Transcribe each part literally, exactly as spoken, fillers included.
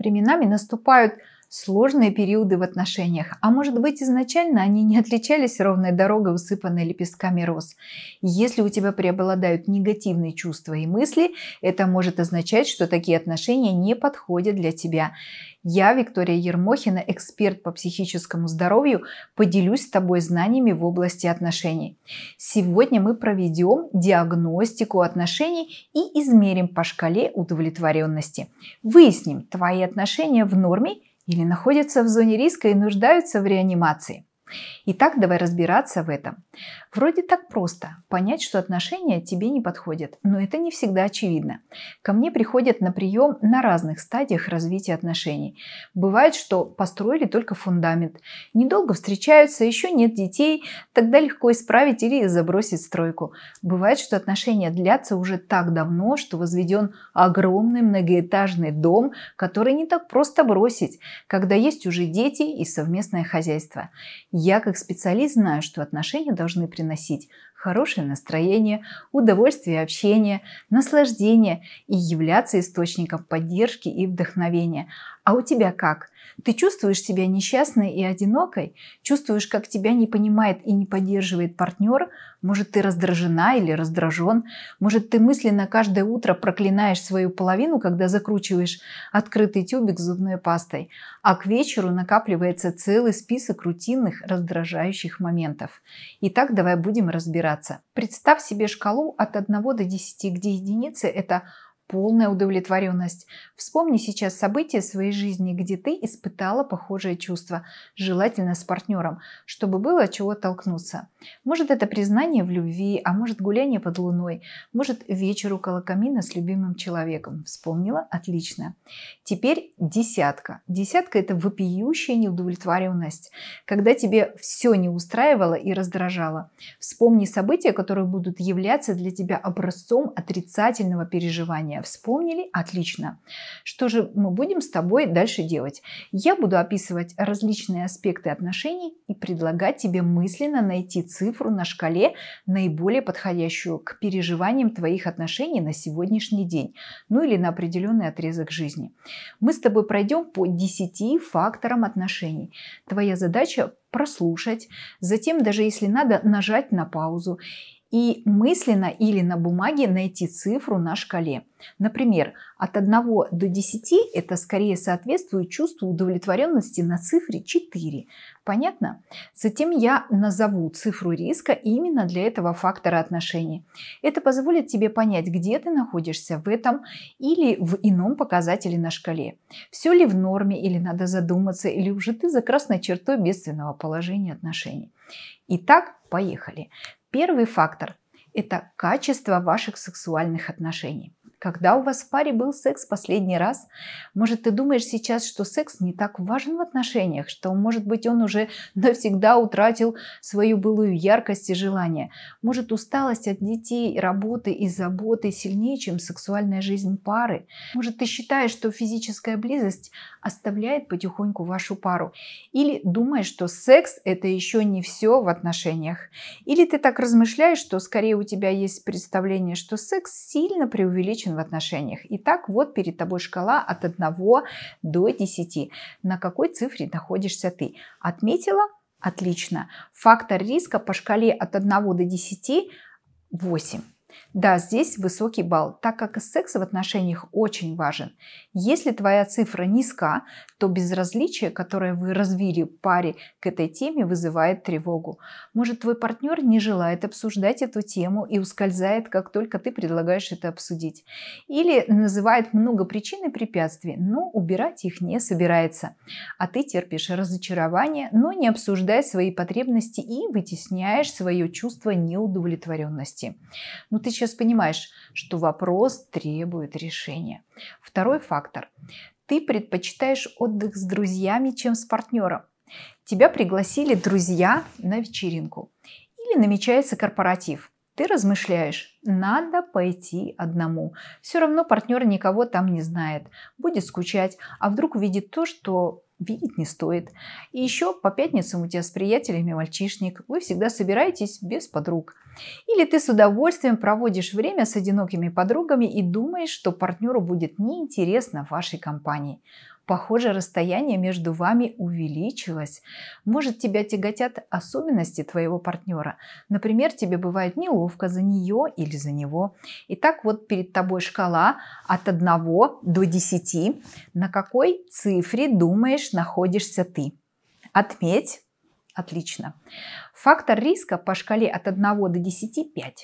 Временами наступают сложные периоды в отношениях, а может быть изначально они не отличались ровной дорогой, усыпанной лепестками роз. Если у тебя преобладают негативные чувства и мысли, это может означать, что такие отношения не подходят для тебя. Я, Виктория Ермохина, эксперт по психическому здоровью, поделюсь с тобой знаниями в области отношений. Сегодня мы проведем диагностику отношений и измерим по шкале удовлетворенности. Выясним, твои отношения в норме или находятся в зоне риска и нуждаются в реанимации. Итак, давай разбираться в этом. Вроде так просто понять, что отношения тебе не подходят, но это не всегда очевидно. Ко мне приходят на прием на разных стадиях развития отношений. Бывает, что построили только фундамент, недолго встречаются, еще нет детей, тогда легко исправить или забросить стройку. Бывает, что отношения длятся уже так давно, что возведен огромный многоэтажный дом, который не так просто бросить, когда есть уже дети и совместное хозяйство. Я как специалист знаю, что отношения должны приносить хорошее настроение, удовольствие общения, наслаждение и являться источником поддержки и вдохновения. А у тебя как? Ты чувствуешь себя несчастной и одинокой? Чувствуешь, как тебя не понимает и не поддерживает партнер? Может, ты раздражена или раздражен? Может, ты мысленно каждое утро проклинаешь свою половину, когда закручиваешь открытый тюбик с зубной пастой, а к вечеру накапливается целый список рутинных раздражающих моментов. Итак, давай будем разбираться. Представь себе шкалу от одного до десяти, где единица – это полная удовлетворенность. Вспомни сейчас события своей жизни, где ты испытала похожее чувство, желательно с партнером, чтобы было от чего толкнуться. Может, это признание в любви, а может, гуляние под луной, может, вечер около камина с любимым человеком. Вспомнила? Отлично. Теперь десятка. Десятка – это вопиющая неудовлетворенность, когда тебе все не устраивало и раздражало. Вспомни события, которые будут являться для тебя образцом отрицательного переживания. Вспомнили? Отлично. Что же мы будем с тобой дальше делать? Я буду описывать различные аспекты отношений и предлагать тебе мысленно найти цифру на шкале, наиболее подходящую к переживаниям твоих отношений на сегодняшний день, ну или на определенный отрезок жизни. Мы с тобой пройдем по десяти факторам отношений. Твоя задача прослушать, затем, даже если надо, нажать на паузу и мысленно или на бумаге найти цифру на шкале. Например, от одного до десяти это скорее соответствует чувству удовлетворенности на цифре четыре. Понятно? Затем я назову цифру риска именно для этого фактора отношений. Это позволит тебе понять, где ты находишься в этом или в ином показателе на шкале. Все ли в норме или надо задуматься, или уже ты за красной чертой бедственного положения отношений. Итак, поехали. Первый фактор – это качество ваших сексуальных отношений. Когда у вас в паре был секс последний раз? Может, ты думаешь сейчас, что секс не так важен в отношениях, что, может быть, он уже навсегда утратил свою былую яркость и желание? Может, усталость от детей, работы и заботы сильнее, чем сексуальная жизнь пары? Может, ты считаешь, что физическая близость оставляет потихоньку вашу пару? Или думаешь, что секс – это еще не все в отношениях? Или ты так размышляешь, что скорее у тебя есть представление, что секс сильно преувеличен в отношениях. Итак, вот перед тобой шкала от одного до десяти. На какой цифре находишься ты? Отметила? Отлично. Фактор риска по шкале от одного до десяти – восемь. Да, здесь высокий балл, так как секс в отношениях очень важен. Если твоя цифра низка, то безразличие, которое вы развили в паре к этой теме, вызывает тревогу. Может, твой партнер не желает обсуждать эту тему и ускользает, как только ты предлагаешь это обсудить. Или называет много причин и препятствий, но убирать их не собирается. А ты терпишь разочарование, но не обсуждаешь свои потребности и вытесняешь свое чувство неудовлетворенности. Но ты сейчас понимаешь, что вопрос требует решения. Второй фактор. Ты предпочитаешь отдых с друзьями, чем с партнером. Тебя пригласили друзья на вечеринку. Или намечается корпоратив. Ты размышляешь, надо пойти одному. Все равно партнер никого там не знает. Будет скучать, а вдруг увидит то, что видеть не стоит. И еще по пятницам у тебя с приятелями мальчишник. Вы всегда собираетесь без подруг. Или ты с удовольствием проводишь время с одинокими подругами и думаешь, что партнеру будет неинтересно в вашей компании. Похоже, расстояние между вами увеличилось. Может, тебя тяготят особенности твоего партнера. Например, тебе бывает неловко за нее или за него. Итак, вот перед тобой шкала от одного до десяти. На какой цифре, думаешь, находишься ты? Отметь. Отлично. Фактор риска по шкале от одного до десяти – пять.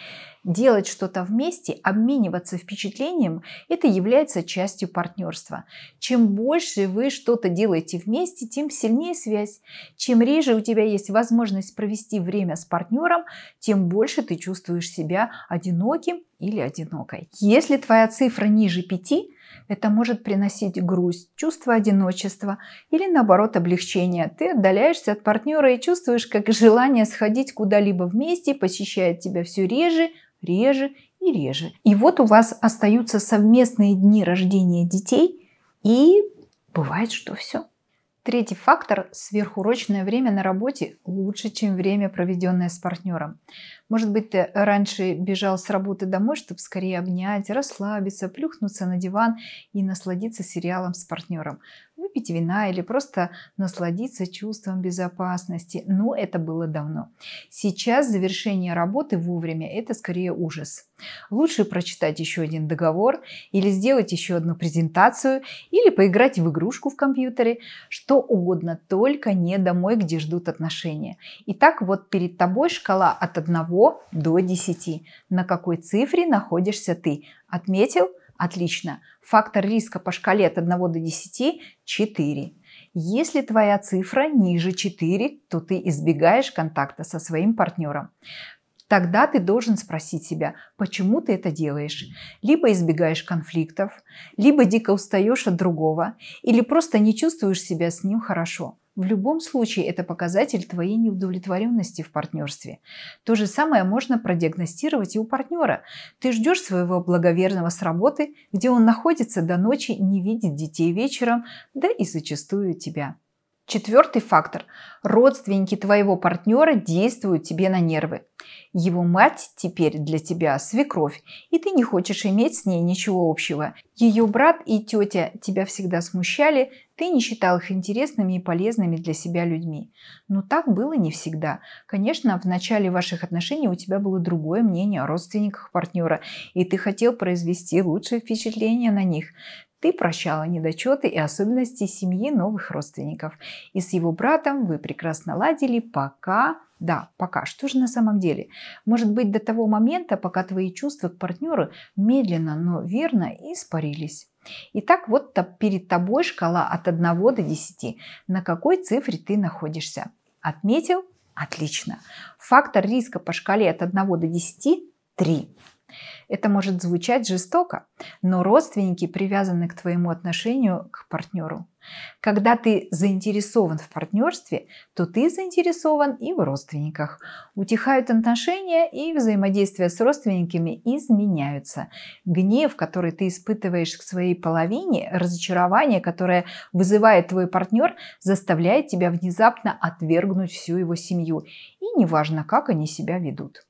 Делать что-то вместе, обмениваться впечатлением – это является частью партнерства. Чем больше вы что-то делаете вместе, тем сильнее связь. Чем реже у тебя есть возможность провести время с партнером, тем больше ты чувствуешь себя одиноким или одинокой. Если твоя цифра ниже пяти, это может приносить грусть, чувство одиночества или, наоборот, облегчение. Ты отдаляешься от партнера и чувствуешь, как желание сходить куда-либо вместе посещает тебя все реже, реже и реже. И вот у вас остаются совместные дни рождения детей, и бывает, что все. Третий фактор – сверхурочное время на работе лучше, чем время, проведенное с партнером. Может быть, ты раньше бежал с работы домой, чтобы скорее обнять, расслабиться, плюхнуться на диван и насладиться сериалом с партнером. Выпить вина или просто насладиться чувством безопасности. Но это было давно. Сейчас завершение работы вовремя – это скорее ужас. Лучше прочитать еще один договор или сделать еще одну презентацию или поиграть в игрушку в компьютере. Что угодно, только не домой, где ждут отношения. Итак, вот перед тобой шкала от одного до десяти. На какой цифре находишься ты? Отметил? Отлично. Фактор риска по шкале от одного до десяти – четыре. Если твоя цифра ниже четыре, то ты избегаешь контакта со своим партнером. Тогда ты должен спросить себя, почему ты это делаешь. Либо избегаешь конфликтов, либо дико устаешь от другого, или просто не чувствуешь себя с ним хорошо. В любом случае это показатель твоей неудовлетворенности в партнерстве. То же самое можно продиагностировать и у партнера. Ты ждешь своего благоверного с работы, где он находится до ночи, не видит детей вечером, да и зачастую тебя. Четвертый фактор. Родственники твоего партнера действуют тебе на нервы. Его мать теперь для тебя свекровь, и ты не хочешь иметь с ней ничего общего. Ее брат и тетя тебя всегда смущали, ты не считал их интересными и полезными для себя людьми. Но так было не всегда. Конечно, в начале ваших отношений у тебя было другое мнение о родственниках партнера, и ты хотел произвести лучшее впечатление на них. Ты прощала недочеты и особенности семьи новых родственников. И с его братом вы прекрасно ладили, пока... Да, пока. Что же на самом деле? Может быть, до того момента, пока твои чувства к партнеру медленно, но верно испарились. Итак, вот перед тобой шкала от одного до десяти. На какой цифре ты находишься? Отметил? Отлично. Фактор риска по шкале от одного до десяти – три. Это может звучать жестоко, но родственники привязаны к твоему отношению к партнеру. Когда ты заинтересован в партнерстве, то ты заинтересован и в родственниках. Утихают отношения, и взаимодействие с родственниками изменяются. Гнев, который ты испытываешь к своей половине, разочарование, которое вызывает твой партнер, заставляет тебя внезапно отвергнуть всю его семью. И неважно, как они себя ведут.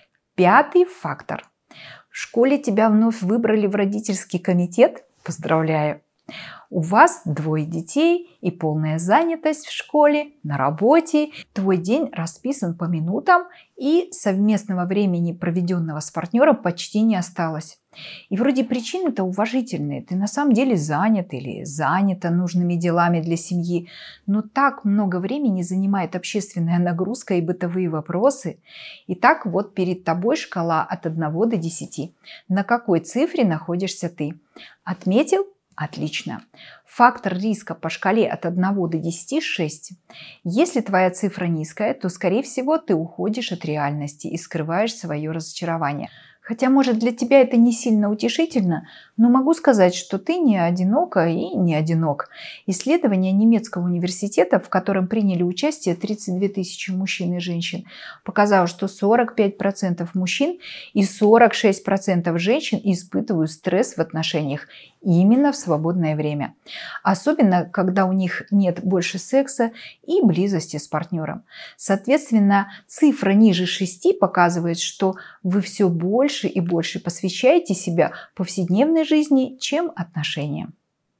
Пятый фактор. В школе тебя вновь выбрали в родительский комитет? Поздравляю! У вас двое детей и полная занятость в школе, на работе. Твой день расписан по минутам, и совместного времени, проведенного с партнером, почти не осталось. И вроде причины-то уважительные. Ты на самом деле занят или занята нужными делами для семьи. Но так много времени занимает общественная нагрузка и бытовые вопросы. Итак, вот перед тобой шкала от одного до десяти. На какой цифре находишься ты? Отметил? Отлично. Фактор риска по шкале от одного до десяти – шесть. Если твоя цифра низкая, то, скорее всего, ты уходишь от реальности и скрываешь свое разочарование. Хотя, может, для тебя это не сильно утешительно, но могу сказать, что ты не одинока и не одинок. Исследование немецкого университета, в котором приняли участие тридцать две тысячи мужчин и женщин, показало, что сорок пять процентов мужчин и сорок шесть процентов женщин испытывают стресс в отношениях именно в свободное время. Особенно, когда у них нет больше секса и близости с партнером. Соответственно, цифра ниже шести показывает, что вы все больше и больше посвящаете себя повседневной жизни, чем отношениям.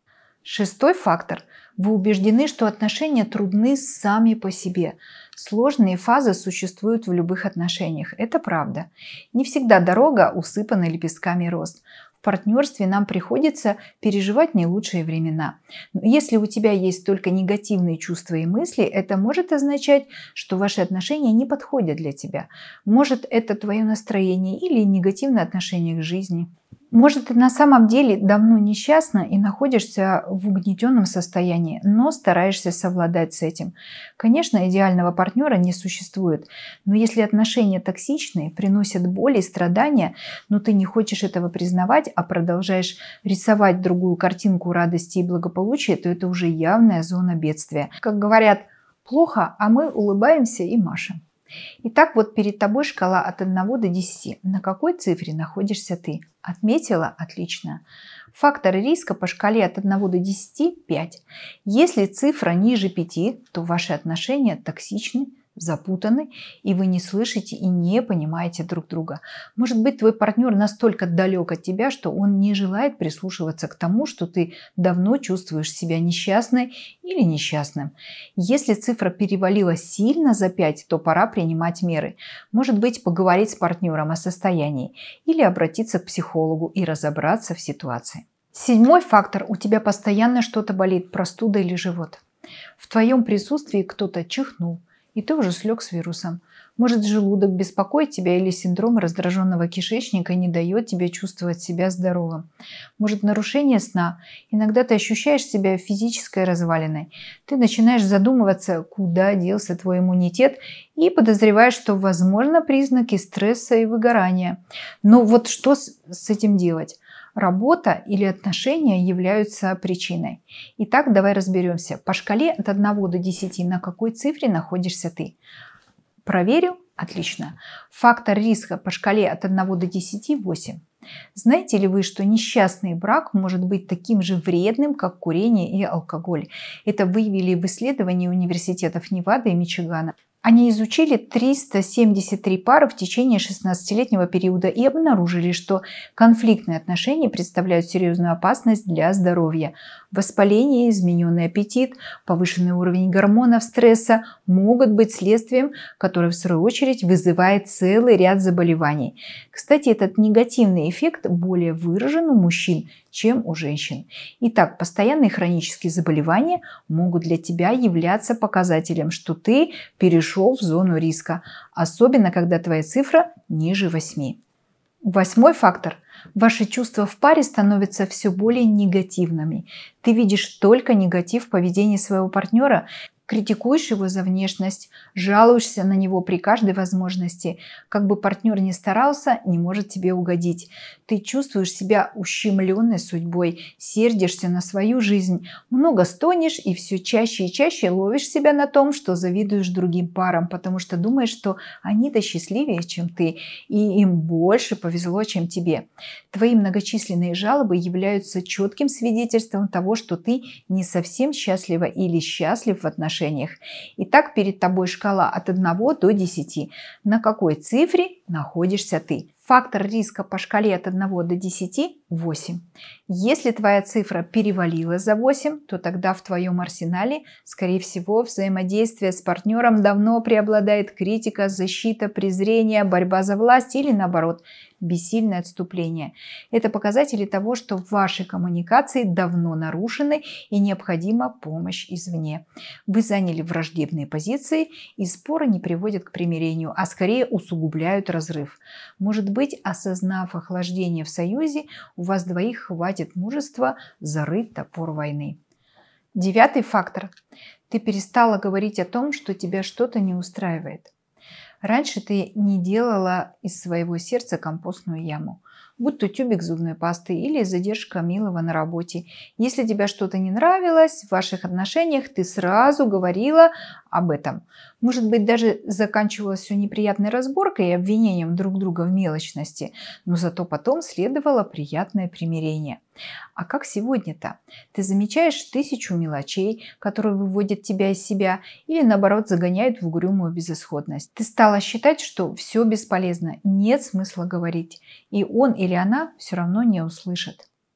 Шестой фактор. Вы убеждены, что отношения трудны сами по себе. Сложные фазы существуют в любых отношениях. Это правда. Не всегда дорога усыпана лепестками роз. В партнерстве нам приходится переживать не лучшие времена. Но если у тебя есть только негативные чувства и мысли, это может означать, что ваши отношения не подходят для тебя. Может, это твое настроение или негативное отношение к жизни. Может, ты на самом деле давно несчастна и находишься в угнетенном состоянии, но стараешься совладать с этим. Конечно, идеального партнера не существует, но если отношения токсичные, приносят боль и страдания, но ты не хочешь этого признавать, а продолжаешь рисовать другую картинку радости и благополучия, то это уже явная зона бедствия. Как говорят, плохо, а мы улыбаемся и машем. Итак, вот перед тобой шкала от одного до десяти. На какой цифре находишься ты? Отметила? Отлично. Фактор риска по шкале от одного до десяти – пять. Если цифра ниже пяти, то ваши отношения токсичны, запутаны, и вы не слышите и не понимаете друг друга. Может быть, твой партнер настолько далек от тебя, что он не желает прислушиваться к тому, что ты давно чувствуешь себя несчастной или несчастным. Если цифра перевалила сильно за пять, то пора принимать меры. Может быть, поговорить с партнером о состоянии или обратиться к психологу и разобраться в ситуации. Седьмой фактор. У тебя постоянно что-то болит, простуда или живот. В твоем присутствии кто-то чихнул, и ты уже слег с вирусом. Может, желудок беспокоит тебя или синдром раздраженного кишечника не дает тебе чувствовать себя здоровым. Может, нарушение сна. Иногда ты ощущаешь себя физической развалиной. Ты начинаешь задумываться, куда делся твой иммунитет, и подозреваешь, что, возможно, признаки стресса и выгорания. Но вот что с, с этим делать? Работа или отношения являются причиной. Итак, давай разберемся. По шкале от одного до десяти на какой цифре находишься ты? Проверю? Отлично. Фактор риска по шкале от одного до десяти – восемь. Знаете ли вы, что несчастный брак может быть таким же вредным, как курение и алкоголь? Это выявили в исследовании университетов Невады и Мичигана. Они изучили триста семьдесят три пары в течение шестнадцатилетнего периода и обнаружили, что конфликтные отношения представляют серьезную опасность для здоровья. Воспаление, измененный аппетит, повышенный уровень гормонов стресса могут быть следствием, которое в свою очередь вызывает целый ряд заболеваний. Кстати, этот негативный эффект более выражен у мужчин, чем у женщин. Итак, постоянные хронические заболевания могут для тебя являться показателем, что ты перешел в зону риска, особенно когда твоя цифра ниже восьми. Восьмой фактор. Ваши чувства в паре становятся все более негативными. Ты видишь только негатив в поведении своего партнера, критикуешь его за внешность, жалуешься на него при каждой возможности. Как бы партнер ни старался, не может тебе угодить. Ты чувствуешь себя ущемленной судьбой, сердишься на свою жизнь, много стонешь и все чаще и чаще ловишь себя на том, что завидуешь другим парам, потому что думаешь, что они-то счастливее, чем ты, и им больше повезло, чем тебе. Твои многочисленные жалобы являются четким свидетельством того, что ты не совсем счастлива или счастлив в отношениях. Итак, перед тобой шкала от одного до десяти. На какой цифре находишься ты? Фактор риска по шкале от одного до десяти – восемь. Если твоя цифра перевалила за восемь, то тогда в твоем арсенале, скорее всего, взаимодействие с партнером давно преобладает критика, защита, презрение, борьба за власть или, наоборот, бессильное отступление. Это показатели того, что ваши коммуникации давно нарушены и необходима помощь извне. Вы заняли враждебные позиции, и споры не приводят к примирению, а скорее усугубляют разрыв. Может быть, осознав охлаждение в союзе, у вас двоих хватит мужества зарыть топор войны. Девятый фактор. Ты перестала говорить о том, что тебя что-то не устраивает. Раньше ты не делала из своего сердца компостную яму, будь то тюбик зубной пасты или задержка милого на работе. Если тебе что-то не нравилось в ваших отношениях, ты сразу говорила об этом. Может быть, даже заканчивалось все неприятной разборкой и обвинением друг друга в мелочности, но зато потом следовало приятное примирение. А как сегодня-то? Ты замечаешь тысячу мелочей, которые выводят тебя из себя или, наоборот, загоняют в угрюмую безысходность. Ты стала считать, что все бесполезно, нет смысла говорить, и он или она все равно не услышит.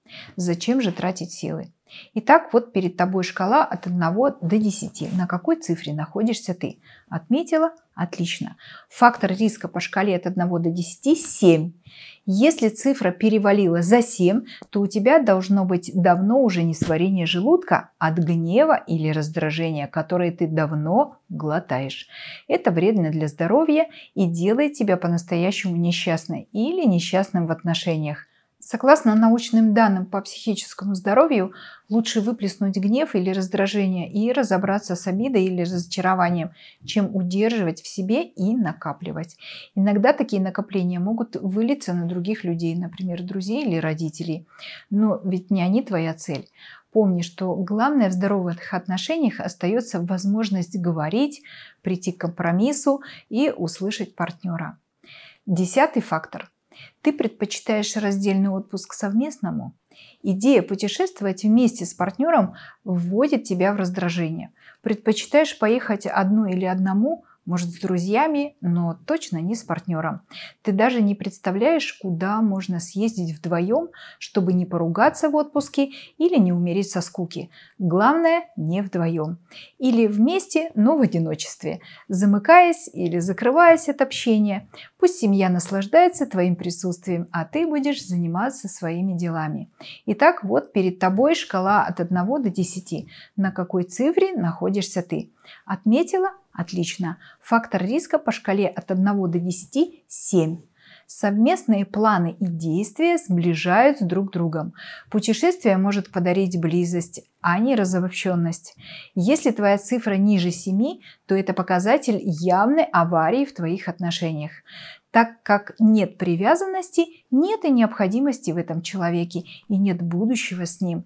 Зачем же тратить силы? Итак, вот перед тобой шкала от одного до десяти. На какой цифре находишься ты? Отметила? Отлично. Фактор риска по шкале от одного до десяти – семь. Если цифра перевалила за семь, то у тебя должно быть давно уже несварение желудка от гнева или раздражения, которые ты давно глотаешь. Это вредно для здоровья и делает тебя по-настоящему несчастной или несчастным в отношениях. Согласно научным данным по психическому здоровью, лучше выплеснуть гнев или раздражение и разобраться с обидой или разочарованием, чем удерживать в себе и накапливать. Иногда такие накопления могут вылиться на других людей, например, друзей или родителей. Но ведь не они твоя цель. Помни, что главное в здоровых отношениях остается возможность говорить, прийти к компромиссу и услышать партнера. Десятый фактор. Ты предпочитаешь раздельный отпуск совместному? Идея путешествовать вместе с партнером вводит тебя в раздражение. Предпочитаешь поехать одной или одному, может, с друзьями, но точно не с партнером. Ты даже не представляешь, куда можно съездить вдвоем, чтобы не поругаться в отпуске или не умереть со скуки. Главное, не вдвоем. Или вместе, но в одиночестве, замыкаясь или закрываясь от общения. Пусть семья наслаждается твоим присутствием, а ты будешь заниматься своими делами. Итак, вот перед тобой шкала от одного до десяти. На какой цифре находишься ты? Отметила? Отлично. Фактор риска по шкале от одного до десяти – семь. Совместные планы и действия сближают друг с другом. Путешествие может подарить близость, а не разобщенность. Если твоя цифра ниже семи, то это показатель явной аварии в твоих отношениях. Так как нет привязанности, нет и необходимости в этом человеке, и нет будущего с ним.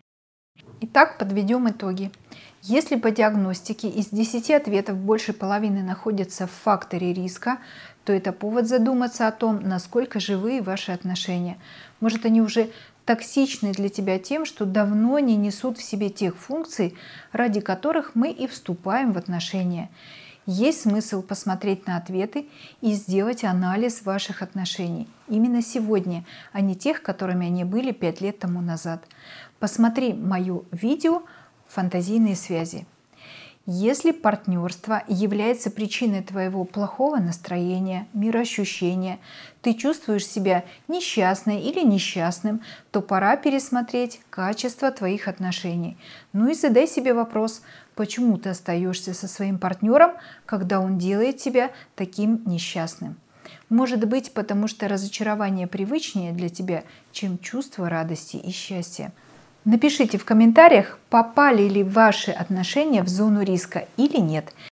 Итак, подведем итоги. Если по диагностике из десяти ответов больше половины находятся в факторе риска, то это повод задуматься о том, насколько живые ваши отношения. Может, они уже токсичны для тебя тем, что давно не несут в себе тех функций, ради которых мы и вступаем в отношения. Есть смысл посмотреть на ответы и сделать анализ ваших отношений именно сегодня, а не тех, которыми они были пять лет тому назад. Посмотри мое видео «Фантазийные связи». Если партнерство является причиной твоего плохого настроения, мироощущения, ты чувствуешь себя несчастной или несчастным, то пора пересмотреть качество твоих отношений. Ну и задай себе вопрос, почему ты остаешься со своим партнером, когда он делает тебя таким несчастным? Может быть, потому что разочарование привычнее для тебя, чем чувство радости и счастья. Напишите в комментариях, попали ли ваши отношения в зону риска или нет.